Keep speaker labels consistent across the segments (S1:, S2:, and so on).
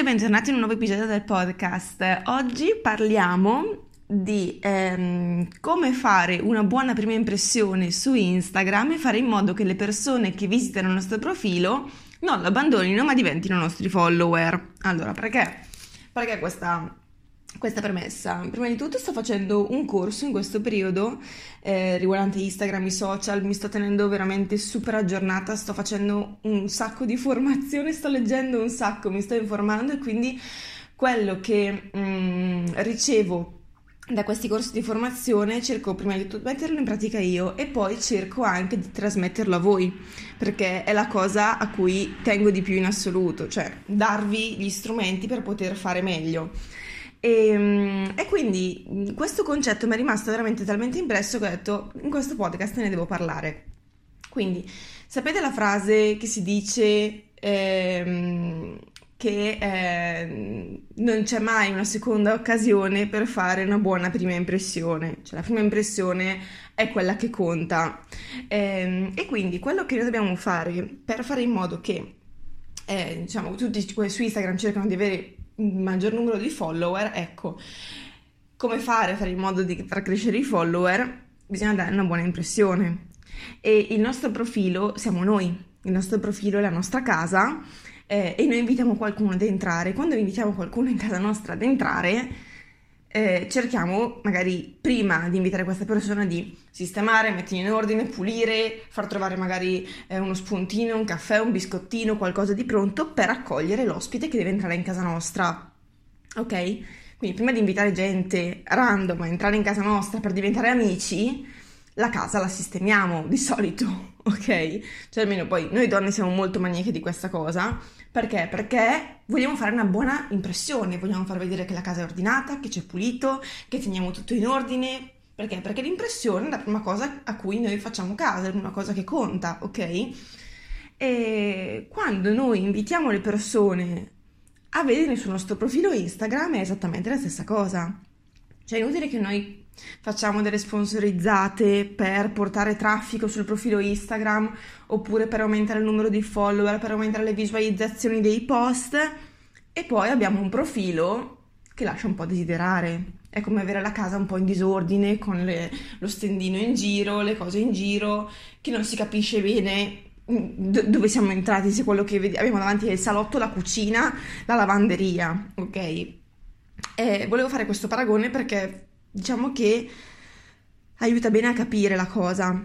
S1: bentornati in un nuovo episodio del podcast. Oggi parliamo di come fare una buona prima impressione su Instagram e fare in modo che le persone che visitano il nostro profilo non lo abbandonino ma diventino nostri follower. Allora, perché questa premessa? Prima di tutto sto facendo un corso in questo periodo riguardante Instagram, i social, mi sto tenendo veramente super aggiornata, sto facendo un sacco di formazione, sto leggendo un sacco, mi sto informando e quindi quello che ricevo da questi corsi di formazione cerco prima di tutto di metterlo in pratica io e poi cerco anche di trasmetterlo a voi, perché è la cosa a cui tengo di più in assoluto, cioè darvi gli strumenti per poter fare meglio. E quindi questo concetto mi è rimasto veramente talmente impresso che ho detto in questo podcast ne devo parlare. Quindi sapete la frase che si dice che non c'è mai una seconda occasione per fare una buona prima impressione, cioè la prima impressione è quella che conta, e quindi quello che noi dobbiamo fare per fare in modo che diciamo tutti su Instagram cercano di avere il maggior numero di follower, ecco, come fare a fare in modo di far crescere i follower? Bisogna dare una buona impressione e il nostro profilo siamo noi, il nostro profilo è la nostra casa, e noi invitiamo qualcuno ad entrare. Quando invitiamo qualcuno in casa nostra ad entrare, cerchiamo magari prima di invitare questa persona di sistemare, mettere in ordine, pulire, far trovare magari uno spuntino, un caffè, un biscottino, qualcosa di pronto per accogliere l'ospite che deve entrare in casa nostra, ok? Quindi prima di invitare gente random a entrare in casa nostra per diventare amici, la casa la sistemiamo di solito, ok? Cioè almeno poi noi donne siamo molto maniache di questa cosa. Perché? Perché vogliamo fare una buona impressione, vogliamo far vedere che la casa è ordinata, che c'è pulito, che teniamo tutto in ordine. Perché? Perché l'impressione è la prima cosa a cui noi facciamo caso, è una cosa che conta, ok? E quando noi invitiamo le persone a vedere sul nostro profilo Instagram è esattamente la stessa cosa. Cioè è inutile che noi facciamo delle sponsorizzate per portare traffico sul profilo Instagram oppure per aumentare il numero di follower, per aumentare le visualizzazioni dei post e poi abbiamo un profilo che lascia un po' desiderare. È come avere la casa un po' in disordine con lo stendino in giro, le cose in giro, che non si capisce bene dove siamo entrati, se quello che abbiamo davanti è il salotto, la cucina, la lavanderia, ok? Volevo fare questo paragone perché diciamo che aiuta bene a capire la cosa.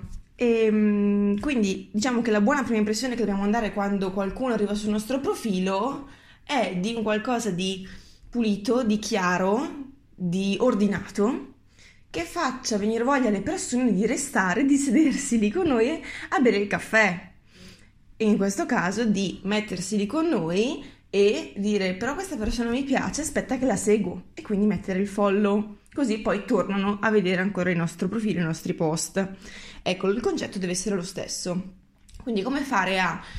S1: E quindi diciamo che la buona prima impressione che dobbiamo dare quando qualcuno arriva sul nostro profilo è di un qualcosa di pulito, di chiaro, di ordinato, che faccia venire voglia alle persone di restare, di sedersi lì con noi a bere il caffè. E in questo caso di mettersi lì con noi e dire però questa persona mi piace, aspetta che la seguo, e quindi mettere il follow, così poi tornano a vedere ancora il nostro profilo, i nostri post. Ecco, il concetto deve essere lo stesso. Quindi come fare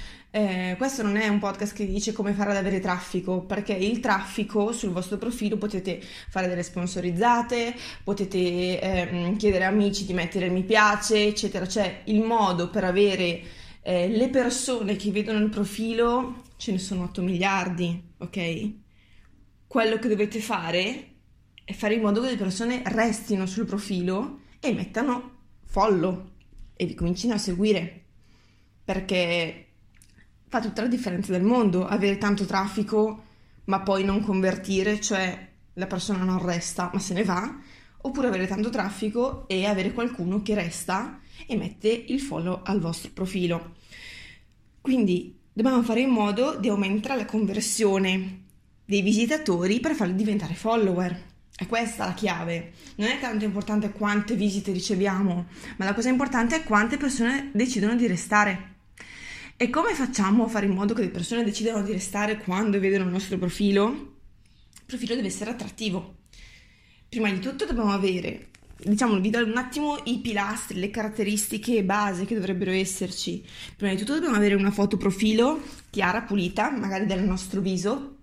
S1: questo non è un podcast che dice come fare ad avere traffico, perché il traffico sul vostro profilo potete fare delle sponsorizzate, potete chiedere a amici di mettere il mi piace, eccetera. Cioè il modo per avere le persone che vedono il profilo ce ne sono 8 miliardi, ok? Quello che dovete fare è fare in modo che le persone restino sul profilo e mettano follow e vi comincino a seguire, perché fa tutta la differenza del mondo avere tanto traffico ma poi non convertire, cioè la persona non resta ma se ne va, oppure avere tanto traffico e avere qualcuno che resta e mette il follow al vostro profilo. Quindi dobbiamo fare in modo di aumentare la conversione dei visitatori per farli diventare follower. È questa la chiave. Non è tanto importante quante visite riceviamo, ma la cosa importante è quante persone decidono di restare. E come facciamo a fare in modo che le persone decidano di restare quando vedono il nostro profilo? Il profilo deve essere attrattivo. Prima di tutto dobbiamo avere, diciamo, vi do un attimo i pilastri, le caratteristiche base che dovrebbero esserci. Prima di tutto dobbiamo avere una foto profilo chiara, pulita, magari del nostro viso,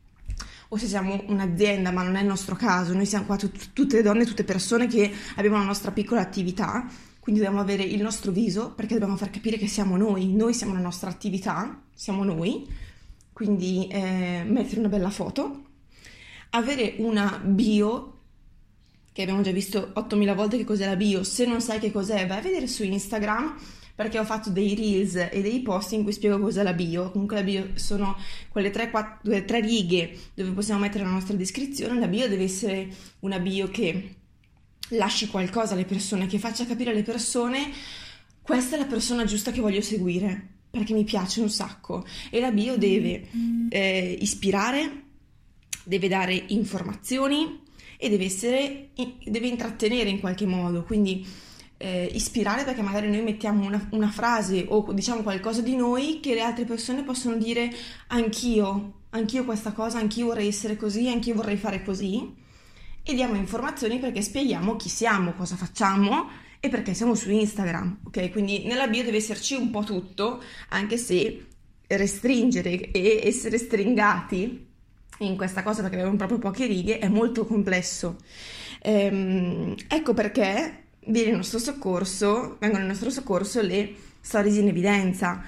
S1: o se siamo un'azienda, ma non è il nostro caso, noi siamo qua tutte le donne, tutte persone che abbiamo la nostra piccola attività, quindi dobbiamo avere il nostro viso perché dobbiamo far capire che siamo noi siamo la nostra attività, siamo noi. quindi mettere una bella foto, avere una bio, che abbiamo già visto 8000 volte che cos'è la bio. Se non sai che cos'è, vai a vedere su Instagram, perché ho fatto dei reels e dei post in cui spiego cos'è la bio. Comunque la bio sono quelle 3 righe dove possiamo mettere la nostra descrizione. La bio deve essere una bio che lasci qualcosa alle persone, che faccia capire alle persone: questa è la persona giusta che voglio seguire, perché mi piace un sacco. E la bio deve ispirare, deve dare informazioni e deve intrattenere in qualche modo. Quindi ispirare, perché magari noi mettiamo una frase o diciamo qualcosa di noi che le altre persone possono dire: anch'io questa cosa, anch'io vorrei essere così, anch'io vorrei fare così. E diamo informazioni perché spieghiamo chi siamo, cosa facciamo e perché siamo su Instagram, ok? Quindi nella bio deve esserci un po' tutto, anche se restringere e essere stringati in questa cosa, perché abbiamo proprio poche righe, è molto complesso. Ecco perché vengono in nostro soccorso le stories in evidenza.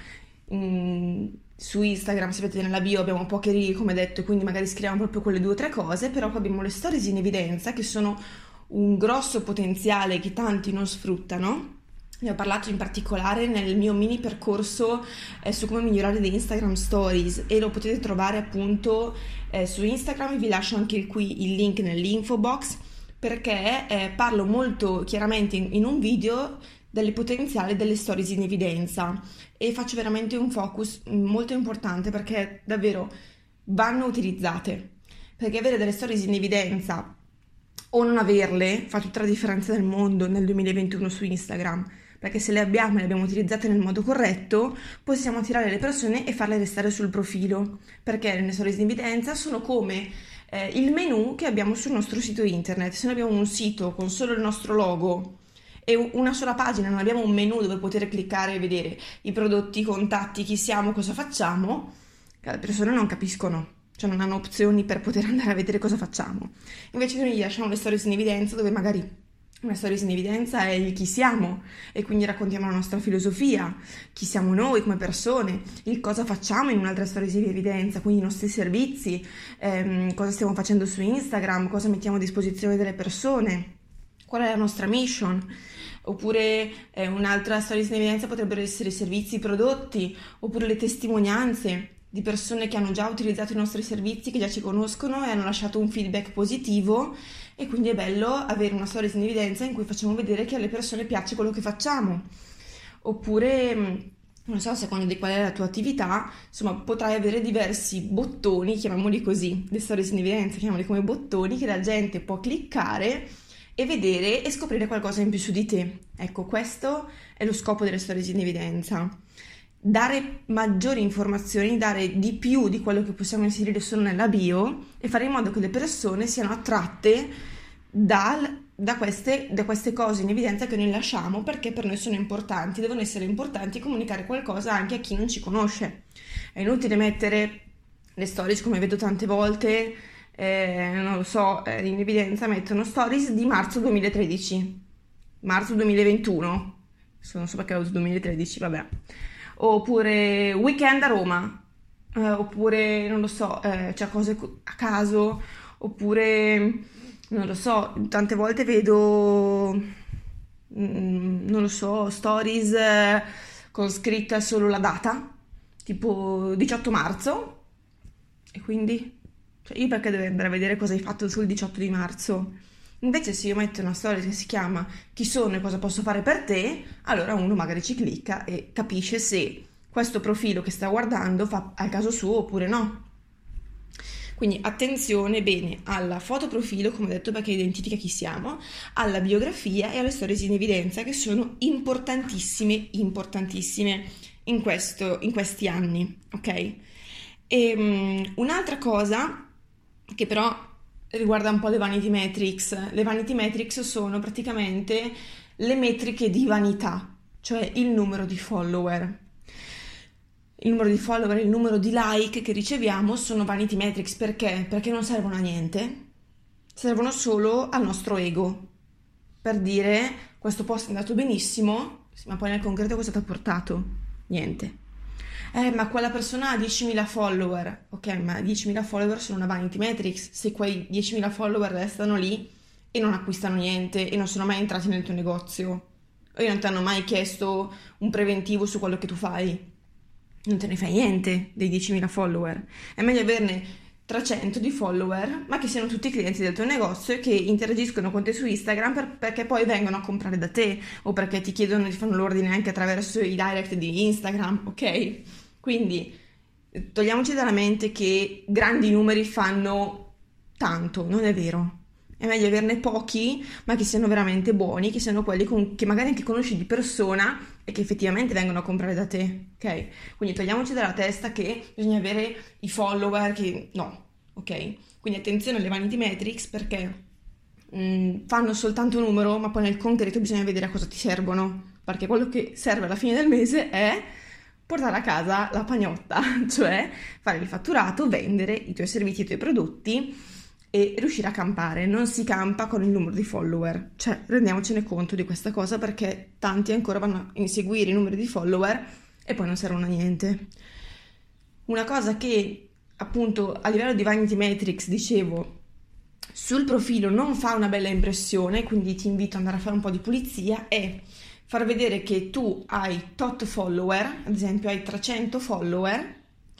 S1: Su Instagram, se vedete nella bio, abbiamo poche righe, come detto, quindi magari scriviamo proprio quelle 2 o 3 cose, però poi abbiamo le stories in evidenza, che sono un grosso potenziale che tanti non sfruttano. Ne ho parlato in particolare nel mio mini percorso su come migliorare le Instagram Stories, e lo potete trovare appunto su Instagram. Vi lascio anche qui il link nell'info box, perché parlo molto chiaramente in un video del potenziale delle stories in evidenza, e faccio veramente un focus molto importante, perché davvero vanno utilizzate, perché avere delle stories in evidenza o non averle fa tutta la differenza del mondo nel 2021 su Instagram, perché se le abbiamo e le abbiamo utilizzate nel modo corretto possiamo attirare le persone e farle restare sul profilo, perché le stories in evidenza sono come il menu che abbiamo sul nostro sito internet. Se noi abbiamo un sito con solo il nostro logo e una sola pagina, non abbiamo un menu dove poter cliccare e vedere i prodotti, i contatti, chi siamo, cosa facciamo, le persone non capiscono, cioè non hanno opzioni per poter andare a vedere cosa facciamo. Invece noi gli lasciamo le stories in evidenza, dove magari una stories in evidenza è il chi siamo, e quindi raccontiamo la nostra filosofia, chi siamo noi come persone, il cosa facciamo in un'altra stories in evidenza, quindi i nostri servizi, cosa stiamo facendo su Instagram, cosa mettiamo a disposizione delle persone, qual è la nostra mission. Oppure un'altra stories in evidenza potrebbero essere i servizi, i prodotti, oppure le testimonianze di persone che hanno già utilizzato i nostri servizi, che già ci conoscono e hanno lasciato un feedback positivo, e quindi è bello avere una stories in evidenza in cui facciamo vedere che alle persone piace quello che facciamo. Oppure, non so, a seconda di qual è la tua attività, insomma, potrai avere diversi bottoni, chiamiamoli così, le stories in evidenza, chiamiamoli come bottoni, che la gente può cliccare e vedere e scoprire qualcosa in più su di te. Ecco, questo è lo scopo delle stories in evidenza: dare maggiori informazioni, dare di più di quello che possiamo inserire solo nella bio, e fare in modo che le persone siano attratte da queste cose in evidenza che noi lasciamo, perché per noi sono importanti, devono essere importanti, e comunicare qualcosa anche a chi non ci conosce. È inutile mettere le stories, come vedo tante volte, non lo so, in evidenza mettono stories di marzo 2013, marzo 2021, non so perché ho usato 2013, vabbè. Oppure weekend a Roma, oppure non lo so, c'è cose a caso, oppure non lo so, tante volte vedo, non lo so, stories con scritta solo la data, tipo 18 marzo, e quindi, cioè, io perché devo andare a vedere cosa hai fatto sul 18 di marzo? Invece se io metto una storia che si chiama chi sono e cosa posso fare per te, allora uno magari ci clicca e capisce se questo profilo che sta guardando fa al caso suo oppure no. Quindi attenzione bene alla foto profilo, come ho detto, perché identifica chi siamo, alla biografia e alle stories in evidenza, che sono importantissime in questi anni, ok? E un'altra cosa che però riguarda un po' le vanity metrics. Le vanity metrics sono praticamente le metriche di vanità, cioè il numero di follower. Il numero di follower e il numero di like che riceviamo sono vanity metrics. Perché? Perché non servono a niente, servono solo al nostro ego, per dire questo post è andato benissimo, ma poi nel concreto cosa ti ha portato? Niente. Ma quella persona ha 10.000 follower. Ok, ma 10.000 follower sono una vanity metrics. Se quei 10.000 follower restano lì e non acquistano niente e non sono mai entrati nel tuo negozio e non ti hanno mai chiesto un preventivo su quello che tu fai, non te ne fai niente dei 10.000 follower. È meglio averne 300 di follower, ma che siano tutti clienti del tuo negozio e che interagiscono con te su Instagram perché poi vengono a comprare da te o perché ti chiedono di fare l'ordine anche attraverso i direct di Instagram, ok? Quindi togliamoci dalla mente che grandi numeri fanno tanto, non è vero. È meglio averne pochi, ma che siano veramente buoni, che siano quelli che magari anche conosci di persona e che effettivamente vengono a comprare da te, ok? Quindi togliamoci dalla testa che bisogna avere i follower, che no, ok? Quindi attenzione alle vanity metrics perché fanno soltanto un numero, ma poi nel concreto bisogna vedere a cosa ti servono, perché quello che serve alla fine del mese è portare a casa la pagnotta, cioè fare il fatturato, vendere i tuoi servizi e i tuoi prodotti e riuscire a campare. Non si campa con il numero di follower, cioè rendiamocene conto di questa cosa perché tanti ancora vanno a inseguire i numeri di follower e poi non servono a niente. Una cosa che appunto a livello di vanity metrics dicevo sul profilo non fa una bella impressione, quindi ti invito ad andare a fare un po' di pulizia, è far vedere che tu hai tot follower, ad esempio hai 300 follower,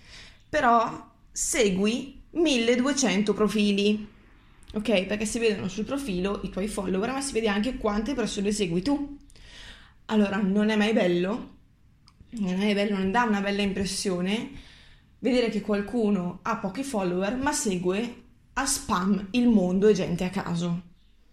S1: però segui 1200 profili, ok? Perché si vedono sul profilo i tuoi follower, ma si vede anche quante persone segui tu. Allora, non è mai bello, non dà una bella impressione vedere che qualcuno ha pochi follower, ma segue a spam il mondo e gente a caso.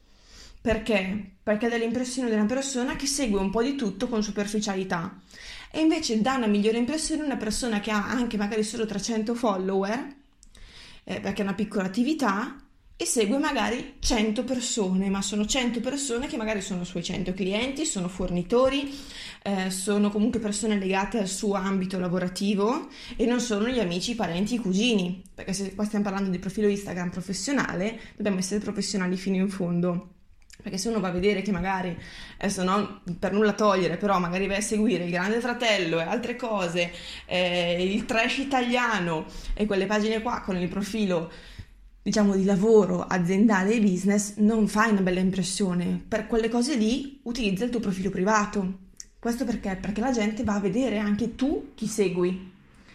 S1: Perché? Perché dà l'impressione di una persona che segue un po' di tutto con superficialità. E invece dà una migliore impressione una persona che ha anche magari solo 300 follower, perché è una piccola attività, e segue magari 100 persone, ma sono 100 persone che magari sono suoi 100 clienti, sono fornitori, sono comunque persone legate al suo ambito lavorativo e non sono gli amici, i parenti, i cugini, perché se poi stiamo parlando di profilo Instagram professionale, dobbiamo essere professionali fino in fondo. Perché se uno va a vedere che magari, adesso non per nulla togliere, però magari vai a seguire il Grande Fratello e altre cose, il trash italiano e quelle pagine qua con il profilo, diciamo, di lavoro aziendale e business, non fai una bella impressione. Per quelle cose lì utilizza il tuo profilo privato. Questo perché? Perché la gente va a vedere anche tu chi segui.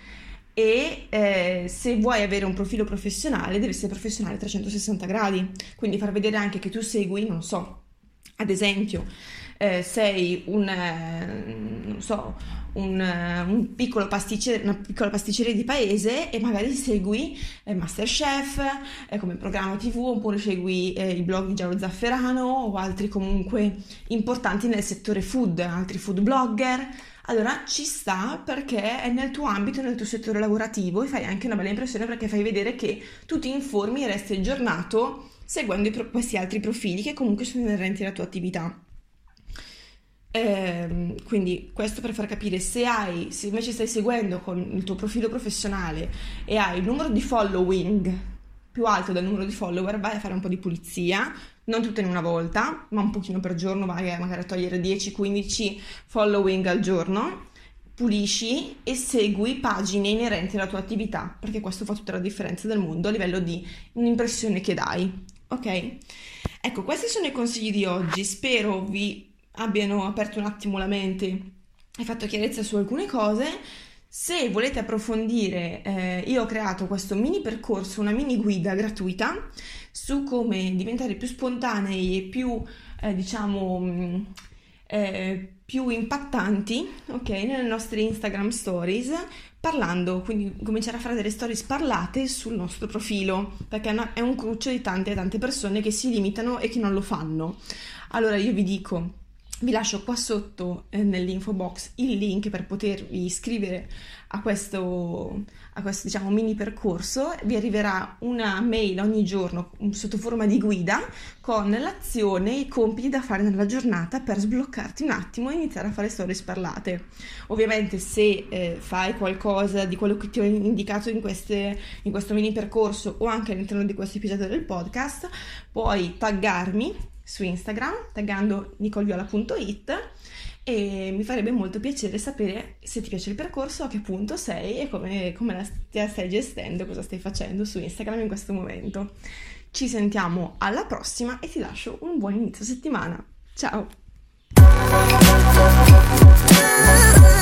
S1: E se vuoi avere un profilo professionale deve essere professionale a 360 gradi, quindi far vedere anche che tu segui, non so, ad esempio sei non so, un piccolo pasticcere, una piccola pasticceria di paese e magari segui MasterChef come programma TV, oppure segui il blog di Gianlo Zafferano o altri comunque importanti nel settore food, altri food blogger. Allora ci sta perché è nel tuo ambito, nel tuo settore lavorativo e fai anche una bella impressione perché fai vedere che tu ti informi e resti aggiornato seguendo questi altri profili che comunque sono inerenti alla tua attività. Quindi questo per far capire se invece stai seguendo con il tuo profilo professionale e hai il numero di following più alto del numero di follower, vai a fare un po' di pulizia, non tutte in una volta, ma un pochino per giorno, vai magari a togliere 10-15 following al giorno, pulisci e segui pagine inerenti alla tua attività, perché questo fa tutta la differenza del mondo a livello di un'impressione che dai, ok? Ecco, questi sono i consigli di oggi, spero vi abbiano aperto un attimo la mente e fatto chiarezza su alcune cose. Se volete approfondire, io ho creato questo mini percorso, una mini guida gratuita su come diventare più spontanei e più, più impattanti, ok, nelle nostre Instagram stories, parlando, quindi cominciare a fare delle stories parlate sul nostro profilo, perché è un cruccio di tante persone che si limitano e che non lo fanno. Allora io vi lascio qua sotto nell'info box il link per potervi iscrivere a questo diciamo mini percorso. Vi arriverà una mail ogni giorno sotto forma di guida con l'azione e i compiti da fare nella giornata per sbloccarti un attimo e iniziare a fare storie parlate. Ovviamente se fai qualcosa di quello che ti ho indicato in questo mini percorso o anche all'interno di questo episodio del podcast, puoi taggarmi su Instagram taggando nicoleviola.it e mi farebbe molto piacere sapere se ti piace il percorso, a che punto sei e te la stai gestendo, cosa stai facendo su Instagram in questo momento. Ci sentiamo alla prossima e ti lascio un buon inizio settimana. Ciao!